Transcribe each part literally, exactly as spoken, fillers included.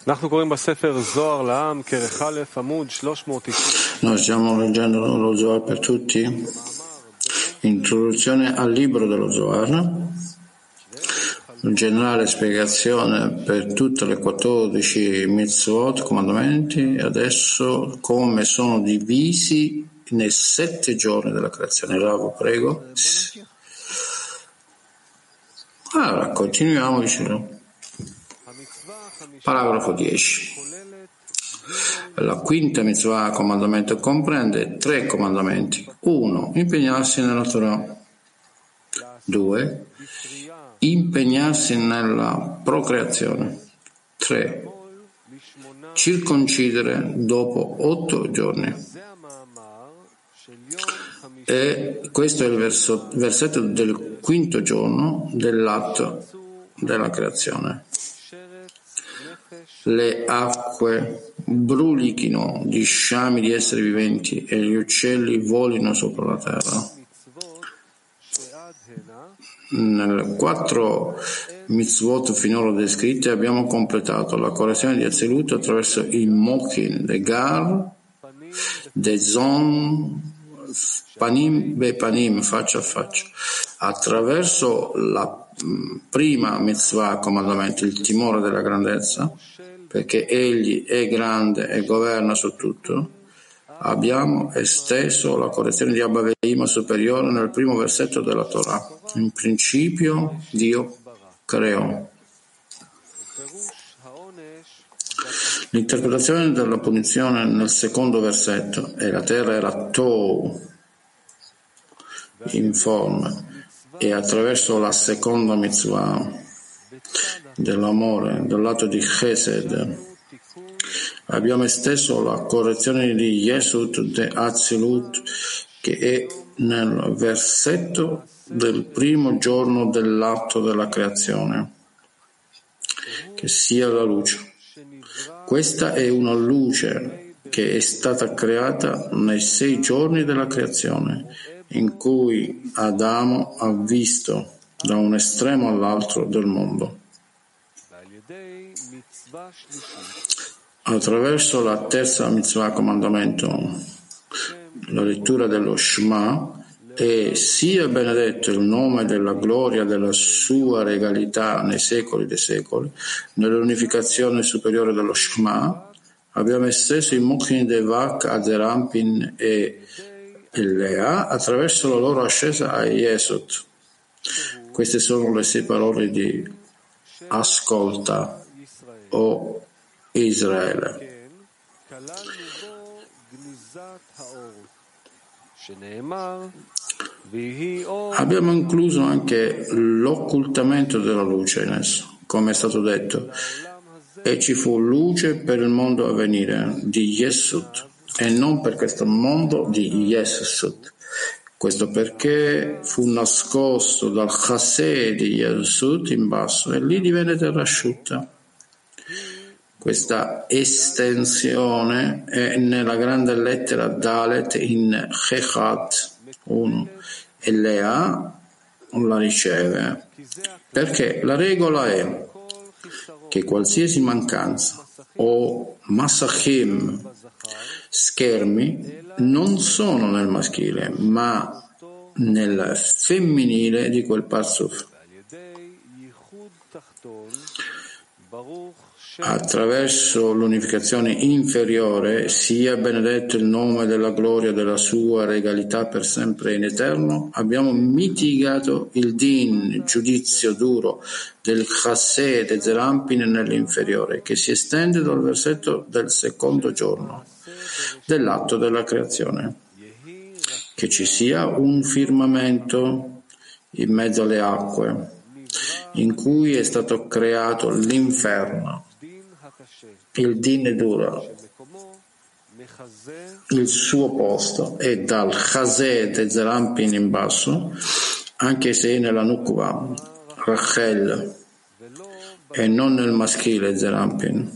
Noi stiamo leggendo lo Zohar per tutti, introduzione al libro dello Zohar, generale spiegazione per tutte le quattordici mitzvot, comandamenti, e adesso come sono divisi nei sette giorni della creazione. Ravo, prego. Allora, continuiamo, dicendo. Paragrafo dieci. La quinta mitzvah, comandamento, comprende tre comandamenti. uno. Impegnarsi nella Torah. due. Impegnarsi nella procreazione. tre. Circoncidere dopo otto giorni. E questo è il verso, versetto del quinto giorno dell'atto della creazione. Le acque brulichino di sciami di esseri viventi e gli uccelli volino sopra la terra. Nelle quattro mitzvot finora descritte abbiamo completato la correzione di Atzilut attraverso il Mochin, de Gar, de Zon, Panim be Panim, faccia a faccia. Attraverso la prima mitzvah, comandamento, il timore della grandezza, perché egli è grande e governa su tutto, abbiamo esteso la correzione di Abba Veima superiore nel primo versetto della Torah. In principio Dio creò. L'interpretazione della punizione nel secondo versetto, e la terra era Tohu, informe, e attraverso la seconda mitzvah dell'amore, dal lato di Chesed, abbiamo esteso la correzione di Yesut de Atzilut, che è nel versetto del primo giorno dell'atto della creazione, che sia la luce. Questa è una luce che è stata creata nei sei giorni della creazione, in cui Adamo ha visto da un estremo all'altro del mondo. Attraverso la terza mitzvah, comandamento, la lettura dello Shema, e sia benedetto il nome della gloria della sua regalità nei secoli dei secoli, nell'unificazione superiore dello Shema, abbiamo esteso i Mochin de Vak a Zerampin e Lea attraverso la loro ascesa a Yesod. Queste sono le sei parole di ascolta, o Israele. Abbiamo incluso anche l'occultamento della luce in esso, come è stato detto, e ci fu luce per il mondo a venire di Yesud e non per questo mondo di Yesud. Questo perché fu nascosto dal Chased di Yesud in basso e lì divenne terra asciutta. Questa estensione è nella grande lettera Dalet in Chechat uno e Lea la riceve, perché la regola è che qualsiasi mancanza o masachim, schermi, non sono nel maschile ma nel femminile di quel parzuf. Attraverso l'unificazione inferiore sia benedetto il nome della gloria della sua regalità per sempre in eterno, abbiamo mitigato il din, giudizio duro, del Chased e Zerampin nell'inferiore, che si estende dal versetto del secondo giorno dell'atto della creazione. Che ci sia un firmamento in mezzo alle acque, in cui è stato creato l'inferno. Il din è duro, il suo posto è dal Chased e Zerampin in basso, anche se è nella Nukva, Rachel, e non nel maschile Zerampin.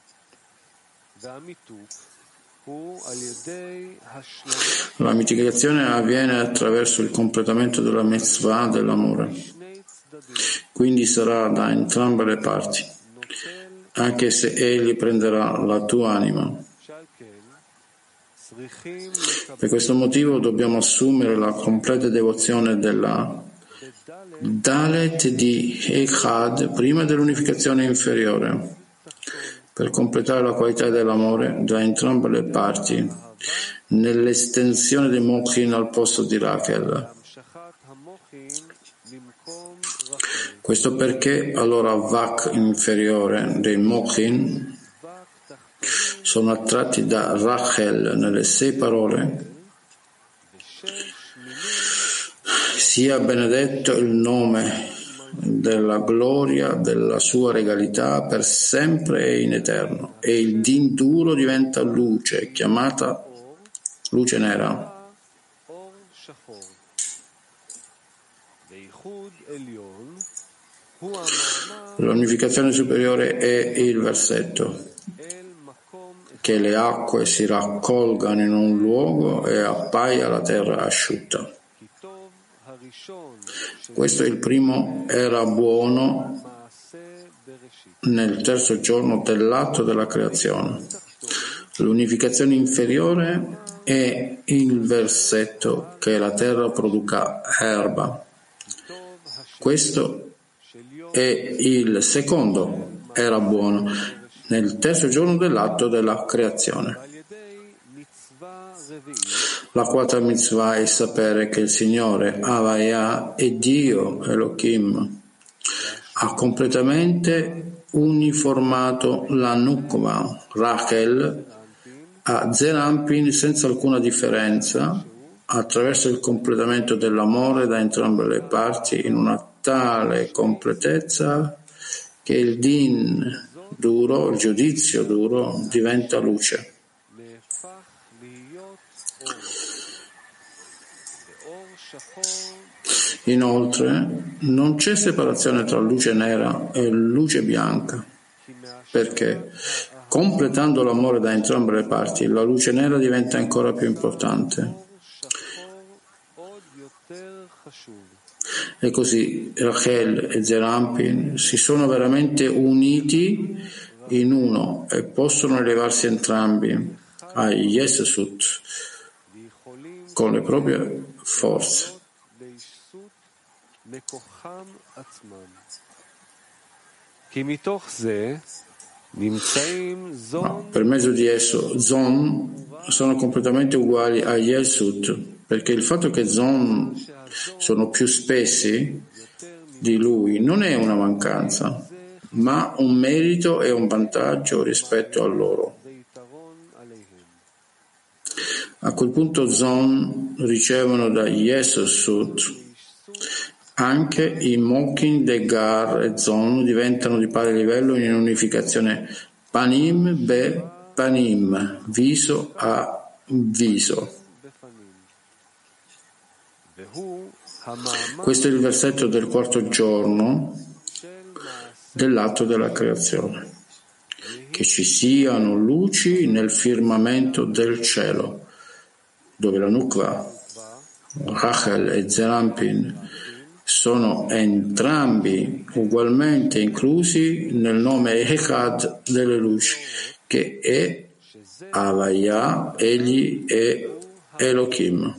La mitigazione avviene attraverso il completamento della mitzvah dell'amore, quindi sarà da entrambe le parti. anche se egli prenderà la tua anima. Per questo motivo dobbiamo assumere la completa devozione della Dalet di Echad prima dell'unificazione inferiore, per completare la qualità dell'amore da entrambe le parti, nell'estensione dei Mochin al posto di Rachel. Questo perché allora Vak inferiore dei Mochin sono attratti da Rachel nelle sei parole. Sia benedetto il nome della gloria della sua regalità per sempre e in eterno, e il din duro diventa luce, chiamata luce nera. L'unificazione superiore è il versetto che le acque si raccolgano in un luogo e appaia la terra asciutta. Questo è il primo era buono nel terzo giorno dell'atto della creazione. L'unificazione inferiore è il versetto che la terra produca erba. Questo è il secondo era buono nel terzo giorno dell'atto della creazione. La quarta mitzvah è sapere che il Signore Havaya è Dio Elohim. Ha completamente uniformato la Nukva, Rachel, a Zerampin senza alcuna differenza, attraverso il completamento dell'amore da entrambe le parti in una tale completezza che il din duro, il giudizio duro, diventa luce. Inoltre, non c'è separazione tra luce nera e luce bianca, perché completando l'amore da entrambe le parti, la luce nera diventa ancora più importante. E così Rachel e Zerampin si sono veramente uniti in uno e possono elevarsi entrambi a Yesesut con le proprie forze. No, per mezzo di esso Zon sono completamente uguali a Yesut, perché il fatto che Zon sono più spessi di lui non è una mancanza, ma un merito e un vantaggio rispetto a loro. A quel punto Zon ricevono da Yesut anche i Mokin de Gar e Zon diventano di pari livello in unificazione Panim be Panim, viso a viso. Questo è il versetto del quarto giorno dell'atto della creazione. Che ci siano luci nel firmamento del cielo, dove la Nukva, Rachel e Zerampin sono entrambi ugualmente inclusi nel nome Echad delle luci, che è Havaya, egli è Elohim,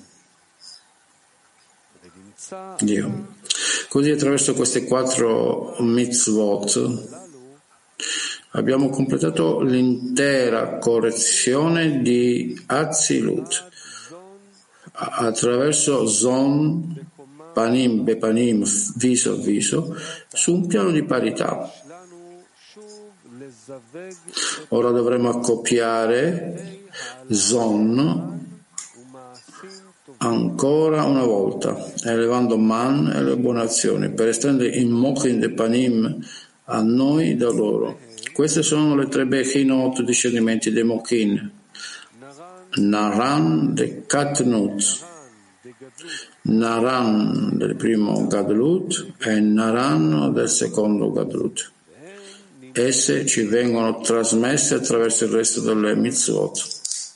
Dio. Così attraverso queste quattro mitzvot abbiamo completato l'intera correzione di Atzilut attraverso Zon, Panim, Bepanim, viso a viso, su un piano di parità. Ora dovremo accoppiare Zon ancora una volta, elevando Man e le buone azioni, per estendere il Mochin de Panim a noi da loro. Queste sono le tre Bechinot, discernimenti dei Mochin. Naran de Katnut, Naran del primo Gadlut e Naran del secondo Gadlut. Esse ci vengono trasmesse attraverso il resto delle mitzvot.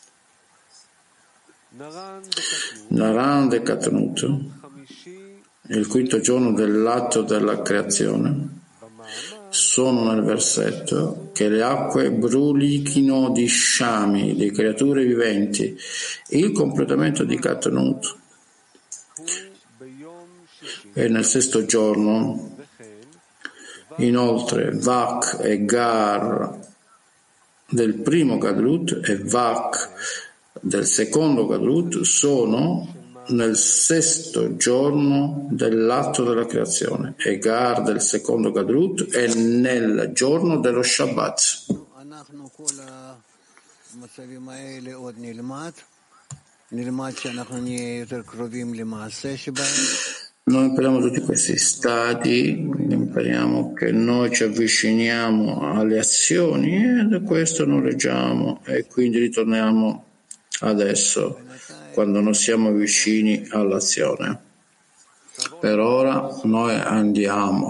Naran de Katnut, il quinto giorno dell'atto della creazione, sono nel versetto, che le acque brulichino di sciami, di creature viventi, il completamento di Katnut. E nel sesto giorno, inoltre, Vak e Gar del primo Gadlut e Vak del secondo Gadlut sono nel sesto giorno dell'atto della creazione, e Gar del secondo Gadlut è nel giorno dello Shabbat. Noi impariamo tutti questi stadi, impariamo che noi ci avviciniamo alle azioni e questo non leggiamo e quindi ritorniamo adesso quando non siamo vicini all'azione. Per ora noi andiamo